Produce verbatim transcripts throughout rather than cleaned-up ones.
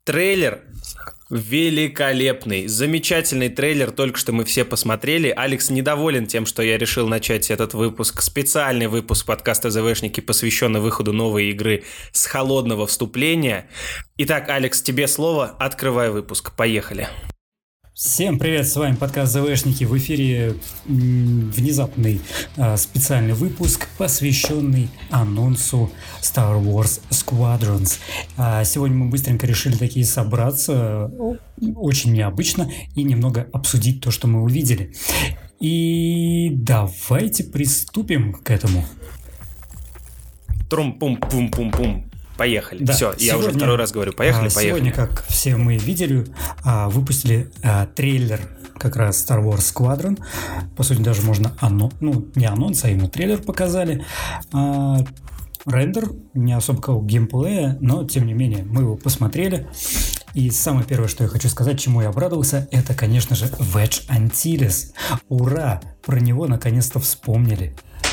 Трейлер великолепный, замечательный трейлер, только что мы все посмотрели. Алекс недоволен тем, что я решил начать этот выпуск, специальный выпуск подкаста ЗВшники, посвященный выходу новой игры, с холодного вступления. Итак, Алекс, тебе слово, открывай выпуск, поехали. Всем привет, с вами подкаст ЗВшники, в эфире м, внезапный э, специальный выпуск, посвященный анонсу Star Wars Squadrons. А сегодня мы быстренько решили такие собраться, очень необычно, и немного обсудить то, что мы увидели. И давайте приступим к этому. Трум-пум-пум-пум-пум. Поехали. Да, все, сегодня, я уже второй раз говорю. Поехали, а, поехали. Сегодня, как все мы видели, а, выпустили а, трейлер как раз Star Wars Squadron. По сути, даже можно анонс, ну, не анонс, а именно трейлер показали. А, рендер, не особо какого геймплея, но, тем не менее, мы его посмотрели. И самое первое, что я хочу сказать, чему я обрадовался, это, конечно же, Wedge Antilles. Ура! Про него наконец-то вспомнили.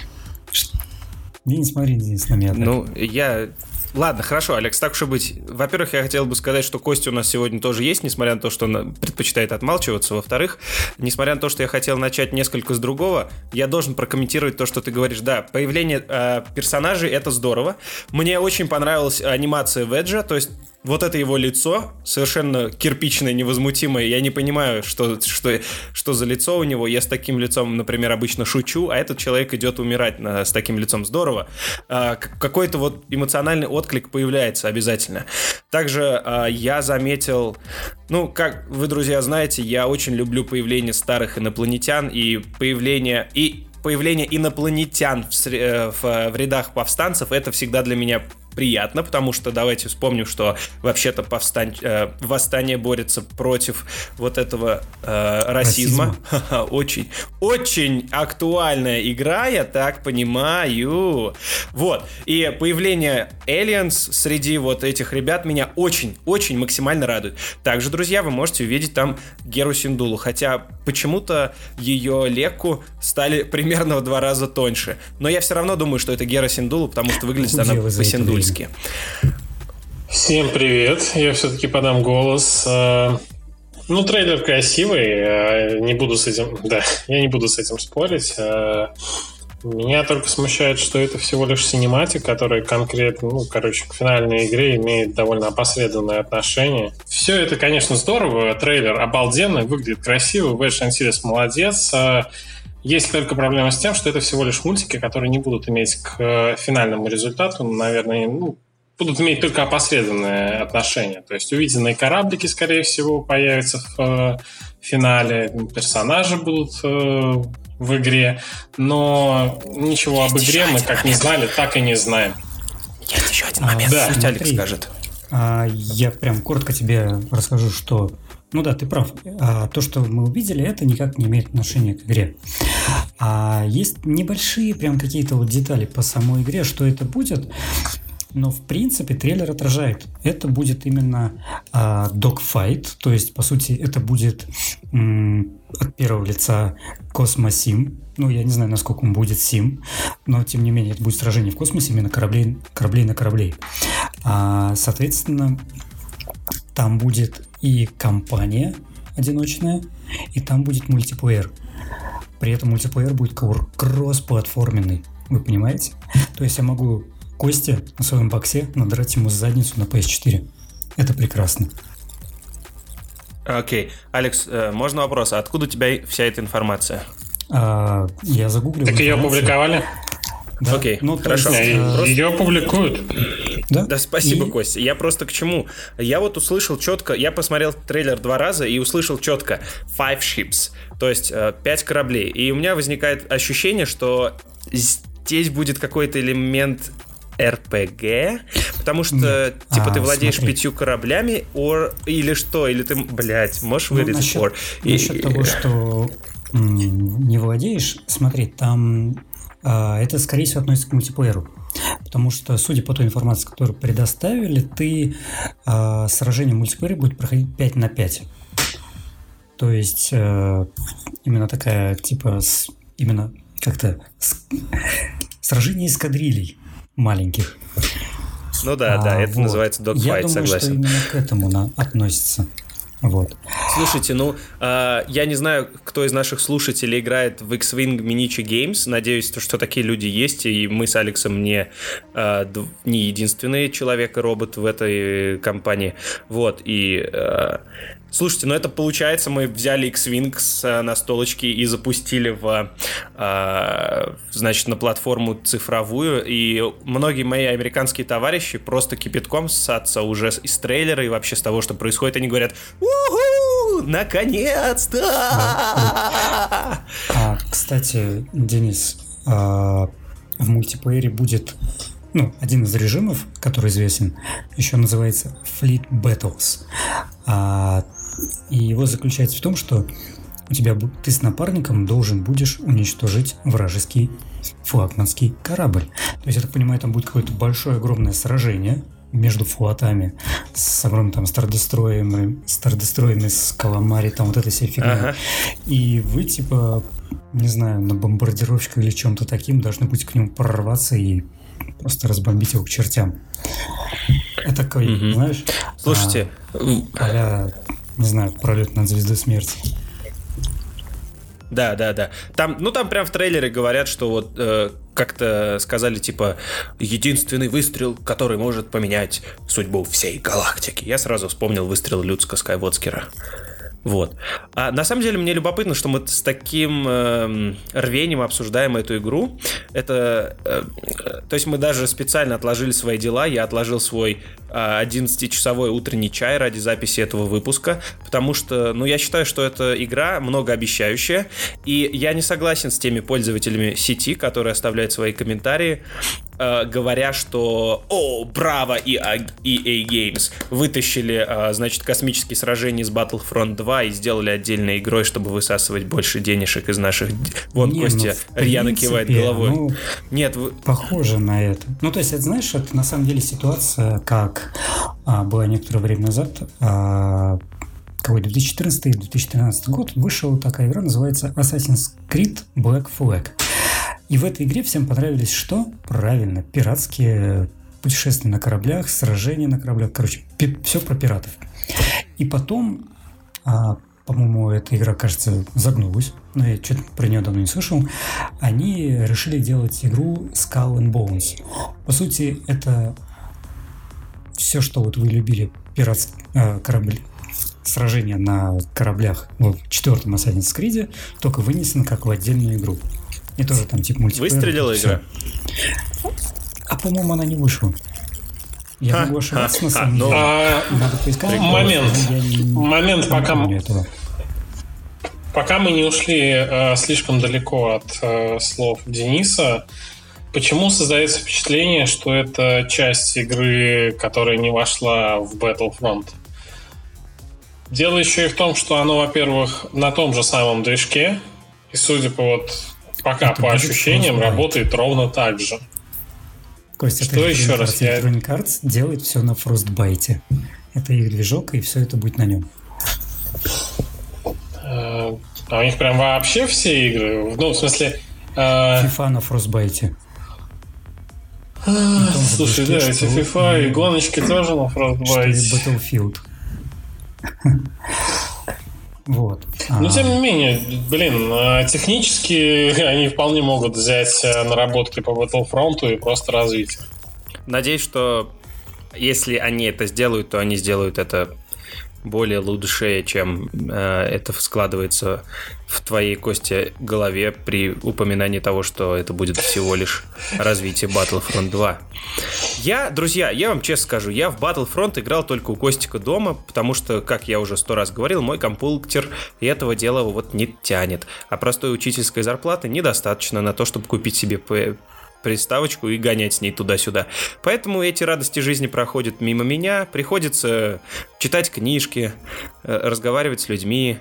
Не, не смотри, Денис, на меня так. Ну, я... Ладно, хорошо, Алекс, так уж и быть. Во-первых, я хотел бы сказать, что Костя у нас сегодня тоже есть, несмотря на то, что он предпочитает отмалчиваться. Во-вторых, несмотря на то, что я хотел начать несколько с другого, я должен прокомментировать то, что ты говоришь. Да, появление э, персонажей — это здорово. Мне очень понравилась анимация Веджа, то есть вот это его лицо, совершенно кирпичное, невозмутимое. Я не понимаю, что, что, что за лицо у него. Я с таким лицом, например, обычно шучу, а этот человек идет умирать на, с таким лицом. Здорово. А, какой-то вот эмоциональный отклик появляется обязательно. Также а, я заметил... Ну, как вы, друзья, знаете, я очень люблю появление старых инопланетян и появление... И появление инопланетян в, в, в рядах повстанцев — это всегда для меня приятно, потому что давайте вспомним, что вообще-то повстань, э, восстание борется против вот этого э, расизма. расизма. Очень, очень актуальная игра, я так понимаю. Вот. И появление Aliens среди вот этих ребят меня очень-очень максимально радует. Также, друзья, вы можете увидеть там Геру Синдулу, хотя почему-то ее лекку стали примерно в два раза тоньше. Но я все равно думаю, что это Гера Синдула, потому что выглядит она по-синдульски. Всем привет, я все-таки подам голос. Ну, трейлер красивый, не буду с этим, да, я не буду с этим спорить. Меня только смущает, что это всего лишь синематик, который конкретно, ну, короче, к финальной игре имеет довольно опосредованное отношение. Все это, конечно, здорово, трейлер обалденный, выглядит красиво, Wedge Antilles молодец. Есть только проблема с тем, что это всего лишь мультики, которые не будут иметь к финальному результату, наверное, ну, будут иметь только опосредованное отношение. То есть увиденные кораблики, скорее всего, появятся в э, финале, персонажи будут э, в игре, но ничего об игре мы как не знали, так и не знаем. Есть еще один момент, а, пусть да, Алекс скажет. А, я прям коротко тебе расскажу, что... Ну да, ты прав. А, то, что мы увидели, это никак не имеет отношения к игре. А есть небольшие прям какие-то вот детали по самой игре, что это будет. Но в принципе трейлер отражает. Это будет именно а, dogfight, то есть по сути это будет м- от первого лица космосим. Ну я не знаю, насколько он будет сим, но тем не менее это будет сражение в космосе именно кораблей, кораблей на кораблей. А, соответственно, там будет и кампания одиночная, и там будет мультиплеер. При этом мультиплеер будет кросс-платформенный. Вы понимаете? То есть я могу Косте на своем боксе надрать ему задницу на пи эс четыре. Это прекрасно. Окей. Okay. Алекс, можно вопрос? А откуда у тебя вся эта информация? А, я загуглил. Так ее опубликовали? Да. Окей, ну, хорошо. Есть, а... просто... Ее публикуют. Да, да спасибо, и... Костя. Я просто к чему? Я вот услышал четко, я посмотрел трейлер два раза и услышал четко five ships, то есть пять кораблей. И у меня возникает ощущение, что здесь будет какой-то элемент эр пи джи, потому что, Нет. типа, а, ты владеешь смотри. пятью кораблями, or... или что? Или ты, блядь, можешь вырезать ну, or? Насчет и... того, что м- не владеешь, смотри, там а, это, скорее всего, относится к мультиплееру. Потому что, судя по той информации, которую предоставили, ты а, сражение в мультиплеере будет проходить пять на пять. То есть а, именно такая, типа, с, именно как-то с, сражение эскадрилей маленьких. Ну да, а, да, это вот. называется dogfight, Я думаю, согласен. что именно к этому на, относится. Вот. Слушайте, ну, э, я не знаю, кто из наших слушателей играет в X-Wing Miniature Games. Надеюсь, что такие люди есть, и мы с Алексом не, э, не единственный человек и робот в этой компании. Вот, и... Э, слушайте, ну это получается, мы взяли X-Wing с настолочки и запустили в, э, значит, на платформу цифровую, и многие мои американские товарищи просто кипятком ссатся уже из трейлера и вообще с того, что происходит. Они говорят: «Уху! Наконец-то!» А, кстати, Денис, а, в мультиплеере будет, ну, один из режимов, который известен, еще называется Fleet Battles. А, и его заключается в том, что у тебя ты с напарником должен будешь уничтожить вражеский флагманский корабль. То есть, я так понимаю, там будет какое-то большое, огромное сражение между флотами с огромными там стардестроями, стардестроями с каламари, там вот этой всей фигней. Ага. И вы, типа, не знаю, на бомбардировщиках или чем-то таким должны будете к нему прорваться и просто разбомбить его к чертям. Это такой, mm-hmm. знаешь... Слушайте... А, а-ля, не знаю, пролет над звездой смерти. Да, да, да. Там, ну, там прям в трейлере говорят, что вот э, как-то сказали, типа, единственный выстрел, который может поменять судьбу всей галактики. Я сразу вспомнил выстрел Люка Скайуокера. Вот. А на самом деле мне любопытно, что мы с таким э, рвением обсуждаем эту игру. Это, э, то есть мы даже специально отложили свои дела. Я отложил свой э, одиннадцатичасовой утренний чай ради записи этого выпуска, потому что, ну, я считаю, что это игра многообещающая, и я не согласен с теми пользователями сети, которые оставляют свои комментарии, э, говоря, что «О, браво, и эй Games! Вытащили, э, значит, космические сражения из Battlefront два и сделали отдельной игрой, чтобы высасывать больше денежек из наших...» Вон не, Костя ну, рьяно кивает головой. Ну, Нет, вы... похоже на это. Ну, то есть, это, знаешь, это на самом деле ситуация, как а, была некоторое время назад, а, какой две тысячи четырнадцатый - две тысячи тринадцатый год, вышла такая игра, называется Assassin's Creed Black Flag. И в этой игре всем понравились что? Правильно, пиратские путешествия на кораблях, сражения на кораблях, короче, пи- все про пиратов. И потом... А, по-моему, эта игра, кажется, загнулась, но я что-то про нее давно не слышал. Они решили делать игру Skull and Bones. По сути, это все, что вот вы любили, пиратский э, корабль, сражения на кораблях в четвертом Assassin's Creed, только вынесено как в отдельную игру. И тоже там типа мультиплеер. Выстрелила игра? А, по-моему, она не вышла. Я а, могу ошибаться, а, на самом деле. А, Надо поискать. Момент. Не, момент, пока, пока мы не ушли э, слишком далеко от э, слов Дениса, почему создается впечатление, что это часть игры, которая не вошла в Battlefront? Дело еще и в том, что оно, во-первых, на том же самом движке, и, судя по вот пока это по ощущениям, работает ровно так же. Костя, что еще раз? Я... Electronic Arts делает все на Frostbite. Это их движок, и все это будет на нем. А у них прям вообще все игры? Ну, в смысле... FIFA на Frostbite. А, слушай, да, эти FIFA и гоночки тоже на Frostbite. Что и Battlefield. Вот. Но а... тем не менее, блин, технически они вполне могут взять наработки по Battlefront и просто развить. Надеюсь, что если они это сделают, то они сделают это более лучше, чем э, это складывается в твоей, Косте, голове при упоминании того, что это будет всего лишь развитие Battlefront два. Я, друзья, я вам честно скажу, я в Battlefront играл только у Костика дома, потому что, как я уже сто раз говорил, мой компьютер этого дела вот не тянет. А простой учительской зарплаты недостаточно на то, чтобы купить себе приставочку и гонять с ней туда-сюда. Поэтому эти радости жизни проходят мимо меня. Приходится читать книжки, разговаривать с людьми.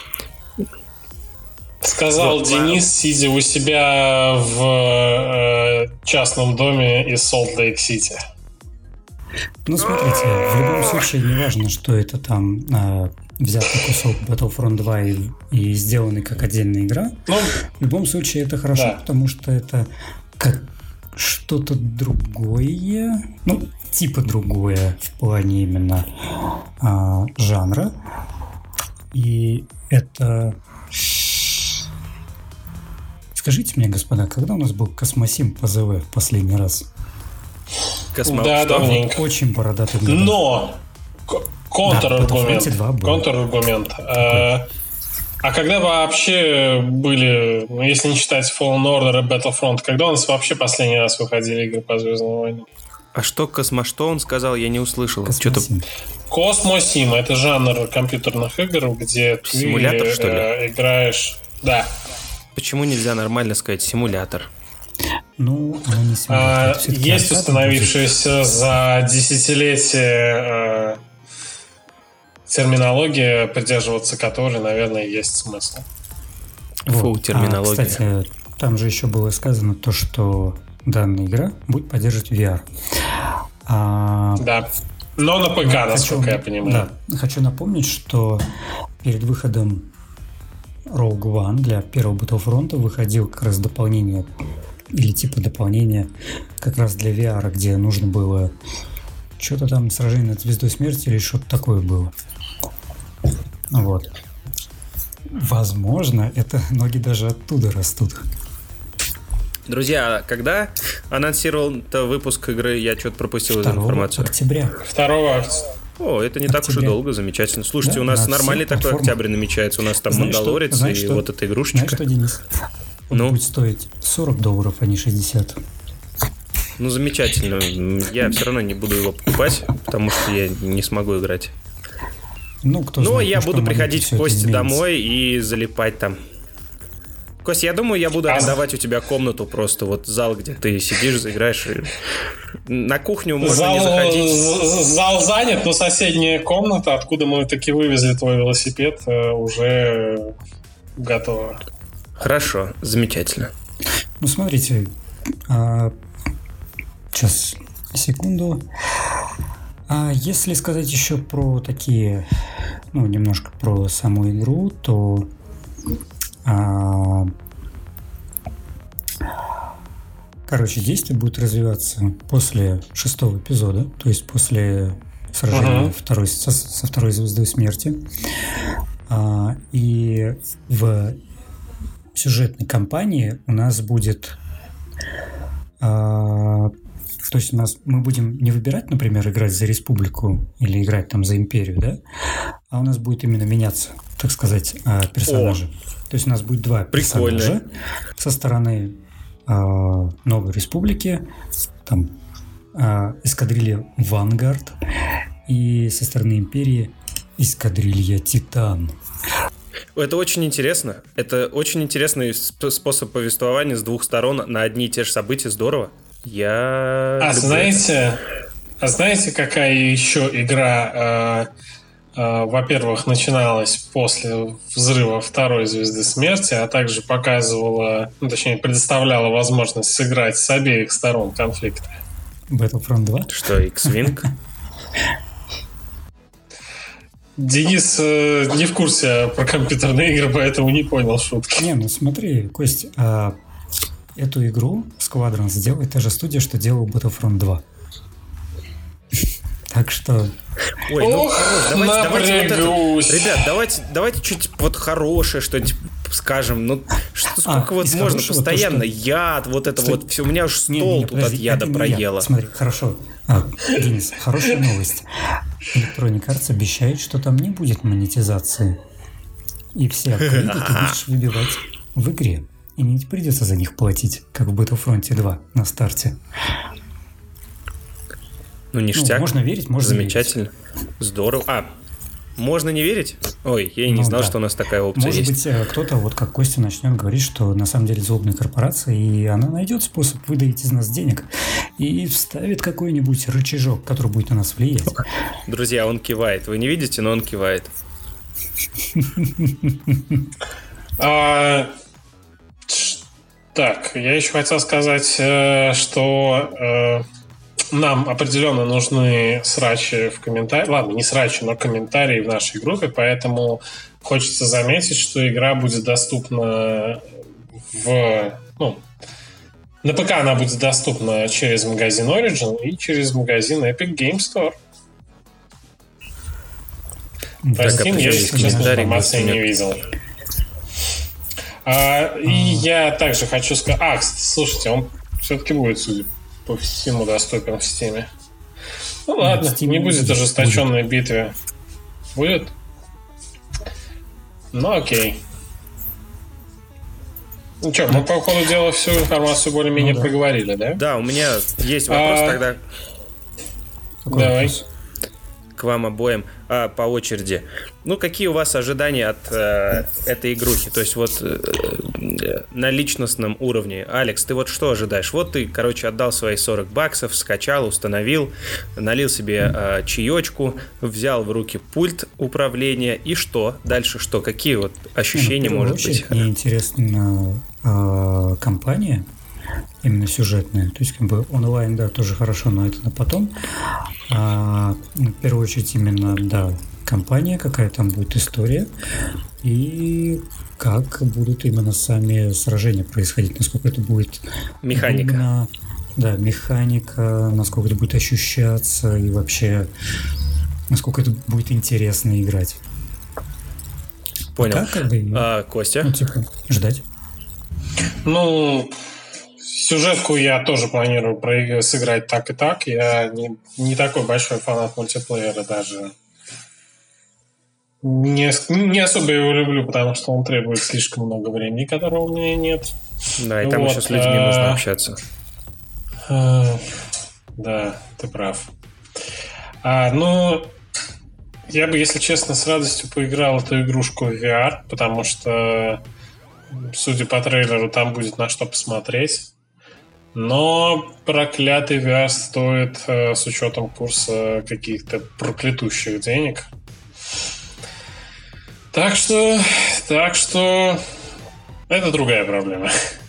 Сказал вот, Денис, а... сидя у себя в э, частном доме из Солт-Лейк-Сити. Ну, смотрите, в любом случае, не важно, что это там э, взятый кусок Battlefront два и, и сделанный как отдельная игра. Ну, в любом случае, это хорошо, да. Потому что это как что-то другое. Ну, типа другое в плане именно а, жанра. И это... Скажите мне, господа, когда у нас был Космосим по ЗВ в последний раз? Космо... Да, давненько. Очень бородатый года. Но! Контраргумент. Да, Контраргумент. А, а когда вообще были, ну, если не считать Fallen Order и Battlefront, когда у нас вообще последний раз выходили игры по Звездным войнам? А что Космо, что он сказал, я не услышал. Космосим. Космосим — это жанр компьютерных игр, где ты Симулятор, что ли? э, играешь... Да. Почему нельзя нормально сказать симулятор? Ну, оно не симулятор. А, есть установившаяся за десятилетия э, терминология, придерживаться которой, наверное, есть смысл. Фу, терминология. А, кстати, там же еще было сказано то, что данная игра будет поддерживать ви ар. А... Да. Но на ПК, ну, насколько хочу, я понимаю. Да. Хочу напомнить, что перед выходом Rogue One для первого Battlefront выходил как раз дополнение или типа дополнение как раз для ви ар, где нужно было что-то там, сражение над Звездой Смерти или что-то такое было. Вот. Возможно, это ноги даже оттуда растут. Друзья, когда анонсировал-то выпуск игры, я что-то пропустил эту информацию. Октября. второго октября. О, это не октября. Так уж и долго, замечательно. Слушайте, да, у нас нормальный такой платформах. Октябрь намечается. У нас там знаешь, Мандалорец что, и что? Вот эта игрушечка. Знаешь что, Денис? Он ну? будет стоить сорок долларов, а не шестьдесят. Ну, замечательно. Я все равно не буду его покупать, потому что я не смогу играть. Ну, кто Но знает, я ну, буду приходить в гости домой и залипать там. Кость, я думаю, я буду арендовать у тебя комнату просто, вот зал, где ты сидишь, играешь. На кухню можно зал, не заходить. Зал занят, но соседняя комната, откуда мы таки вывезли твой велосипед, уже готова. Хорошо, замечательно. Ну, смотрите, а, сейчас, секунду. А если сказать еще про такие, ну, немножко про саму игру, то... А... Короче, действие будет развиваться после шестого эпизода, то есть после сражения uh-huh. второй, со, со второй звездой смерти. А, и в сюжетной кампании у нас будет... А, то есть у нас мы будем не выбирать, например, играть за Республику или играть там за Империю, да? А у нас будет именно меняться, так сказать, персонажи. О. То есть у нас будет два Прикольно. персонажа со стороны э, Новой Республики, там э, эскадрилья Вангард, и со стороны Империи эскадрилья Титан. Это очень интересно. Это очень интересный способ повествования с двух сторон на одни и те же события. Здорово. Я. А знаете, а знаете, какая еще игра? Э... Во-первых, начиналась после взрыва второй звезды смерти, а также показывала, ну, точнее, предоставляла возможность сыграть с обеих сторон конфликта. Battlefront два? Что, X-Wing? Денис э, не в курсе про компьютерные игры, поэтому не понял шутки. Не, ну смотри, Кость, а эту игру Squadron сделает та же студия, что делала Battlefront два. Так что... Ой, ну, Ох, давайте, давайте вот это, ребят, давайте, давайте чуть вот хорошее что-нибудь скажем. Ну, что, сколько а, вот можно постоянно то, что... яд, вот это что... вот все. У меня уж стол не, не, не, тут подожди, от яда проело. Яд. Смотри, хорошо. А, Денис, хорошая новость. Electronic Arts обещает, что там не будет монетизации. И все открыты ты будешь выбивать в игре. И не придется за них платить, как в Battlefront два на старте. Ну, ништяк. Ну, можно верить, можно Замечательно. Верить. Здорово. А, можно не верить? Ой, я и не ну, знал, да. что у нас такая опция Может есть. Может быть, кто-то, вот как Костя, начнет говорить, что на самом деле злобная корпорация, и она найдет способ выдавить из нас денег и вставит какой-нибудь рычажок, который будет на нас влиять. Друзья, он кивает. Вы не видите, но он кивает. Так, я еще хотел сказать, что... Нам определенно нужны срачи в комментариях. Ладно, не срачи, но комментарии в нашей группе, поэтому хочется заметить, что игра будет доступна в, ну, На ПК она будет доступна через магазин Origin и через магазин Epic Game Store. Про Steam я, если честно, информации не видел. А, и я также хочу сказать... А, слушайте, он все-таки будет, судя по всему, доступен в Steam. Ну ладно, Steam не будет ожесточенной битвы. Будет? Ну окей. Ну что, мы по ходу дела всю информацию более-менее ну, да. проговорили, да? Да, у меня есть вопрос а... тогда. Какой Давай. Вопрос? К вам обоим а, по очереди. Ну, какие у вас ожидания от э, этой игрухи? То есть вот э, на личностном уровне. Алекс, ты вот что ожидаешь? Вот ты, короче, отдал свои сорок баксов, скачал, установил, налил себе э, чаечку, взял в руки пульт управления, и что? Дальше что? Какие вот ощущения, ну, может быть? Мне интересна э, компания, именно сюжетная. То есть, как бы онлайн, да, тоже хорошо, но это на потом. А, в первую очередь, именно, да, компания, какая там будет история, и как будут именно сами сражения происходить, насколько это будет... Механика. Именно, да, механика, насколько это будет ощущаться, и вообще, насколько это будет интересно играть. Понял. Так, как бы, а, Костя? Ну, типа, ждать. Ну... Сюжетку я тоже планирую проиг- сыграть так и так. Я не, не такой большой фанат мультиплеера даже. Не, не особо его люблю, потому что он требует слишком много времени, которого у меня нет. Да, и там вот, еще с людьми а, нужно общаться. А, да, ты прав. А, ну, я бы, если честно, с радостью поиграл эту игрушку в ви ар, потому что, судя по трейлеру, там будет на что посмотреть. Но проклятый ви ар стоит э, с учетом курса каких-то проклятущих денег. Так что, так что это другая проблема.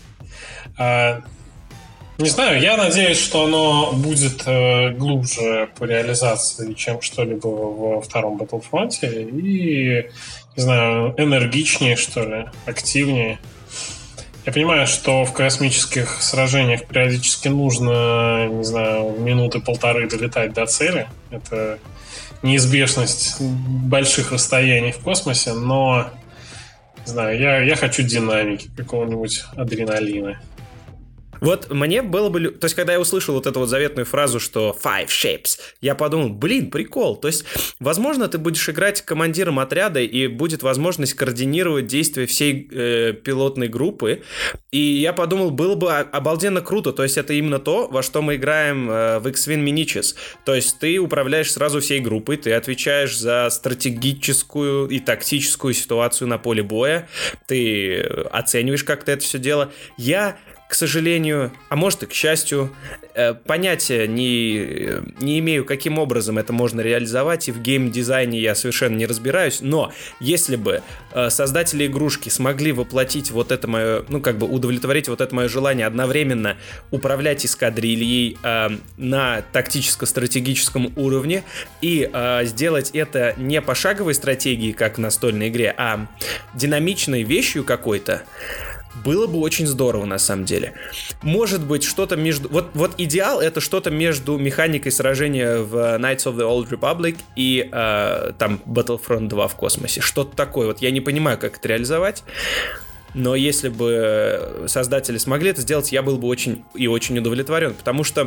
а, не знаю, я надеюсь, что оно будет э, глубже по реализации, чем что-либо во втором Battlefront, и, не знаю, энергичнее, что ли, активнее. Я понимаю, что в космических сражениях периодически нужно, не знаю, минуты полторы долетать до цели. Это неизбежность больших расстояний в космосе, но, не знаю, я, я хочу динамики, какого-нибудь адреналина. Вот мне было бы... То есть, когда я услышал вот эту вот заветную фразу, что five shapes, я подумал, блин, прикол. То есть, возможно, ты будешь играть командиром отряда, и будет возможность координировать действия всей э, пилотной группы. И я подумал, было бы обалденно круто. То есть, это именно то, во что мы играем э, в X-Wing Miniatures. То есть, ты управляешь сразу всей группой, ты отвечаешь за стратегическую и тактическую ситуацию на поле боя, ты оцениваешь как-то это все дело. Я... К сожалению, а может и к счастью, понятия не, не имею, каким образом это можно реализовать, и в геймдизайне я совершенно не разбираюсь, но если бы создатели игрушки смогли воплотить вот это мое, ну как бы удовлетворить вот это мое желание одновременно управлять эскадрильей э, на тактическо-стратегическом уровне и э, сделать это не пошаговой стратегией, как в настольной игре, а динамичной вещью какой-то, было бы очень здорово, на самом деле. Может быть, что-то между... Вот, вот идеал — это что-то между механикой сражения в Knights of the Old Republic и э, там Battlefront два в космосе. Что-то такое. Вот я не понимаю, как это реализовать, но если бы создатели смогли это сделать, я был бы очень и очень удовлетворен, потому что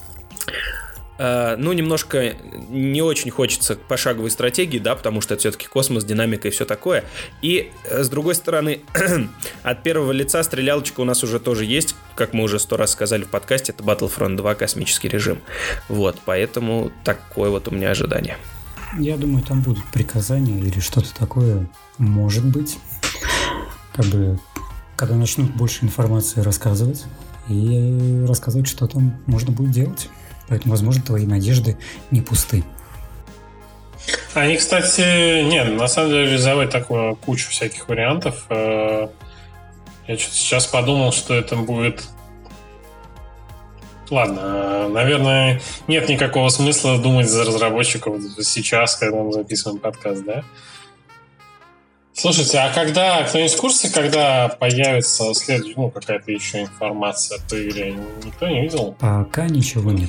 Uh, ну, немножко не очень хочется пошаговой стратегии, да, потому что это все-таки космос, динамика и все такое. И, с другой стороны, от первого лица стрелялочка у нас уже тоже есть, как мы уже сто раз сказали в подкасте, это Battlefront два, космический режим. Вот, поэтому такое вот у меня ожидание. Я думаю, там будут приказания или что-то такое, может быть. Как бы, когда начнут больше информации рассказывать, и рассказывать, что там можно будет делать. Поэтому, возможно, твои надежды не пусты. Они, кстати, нет, на самом деле реализовать такую кучу всяких вариантов. Я что-то сейчас подумал, что это будет... Ладно, наверное, нет никакого смысла думать за разработчиков сейчас, когда мы записываем подкаст, да? Слушайте, а когда, кто-нибудь в курсе, когда появится следующая, ну, какая-то еще информация по игре? Никто не видел? Пока ничего нет.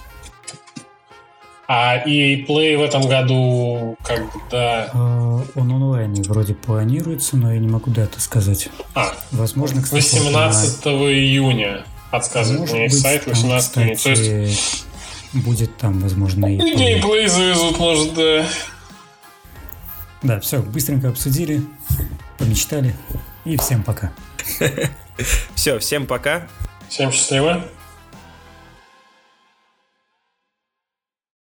А и и Play в этом году когда? А, он онлайне вроде планируется, но я не могу дату сказать. А, возможно, кстати, восемнадцатого на... июня. Подсказывает мне сайт восемнадцатого июня. То есть будет там, возможно, и... И геймплей завезут, может, да. Да, все, быстренько обсудили, помечтали, и всем пока. Все, всем пока. Всем счастливо.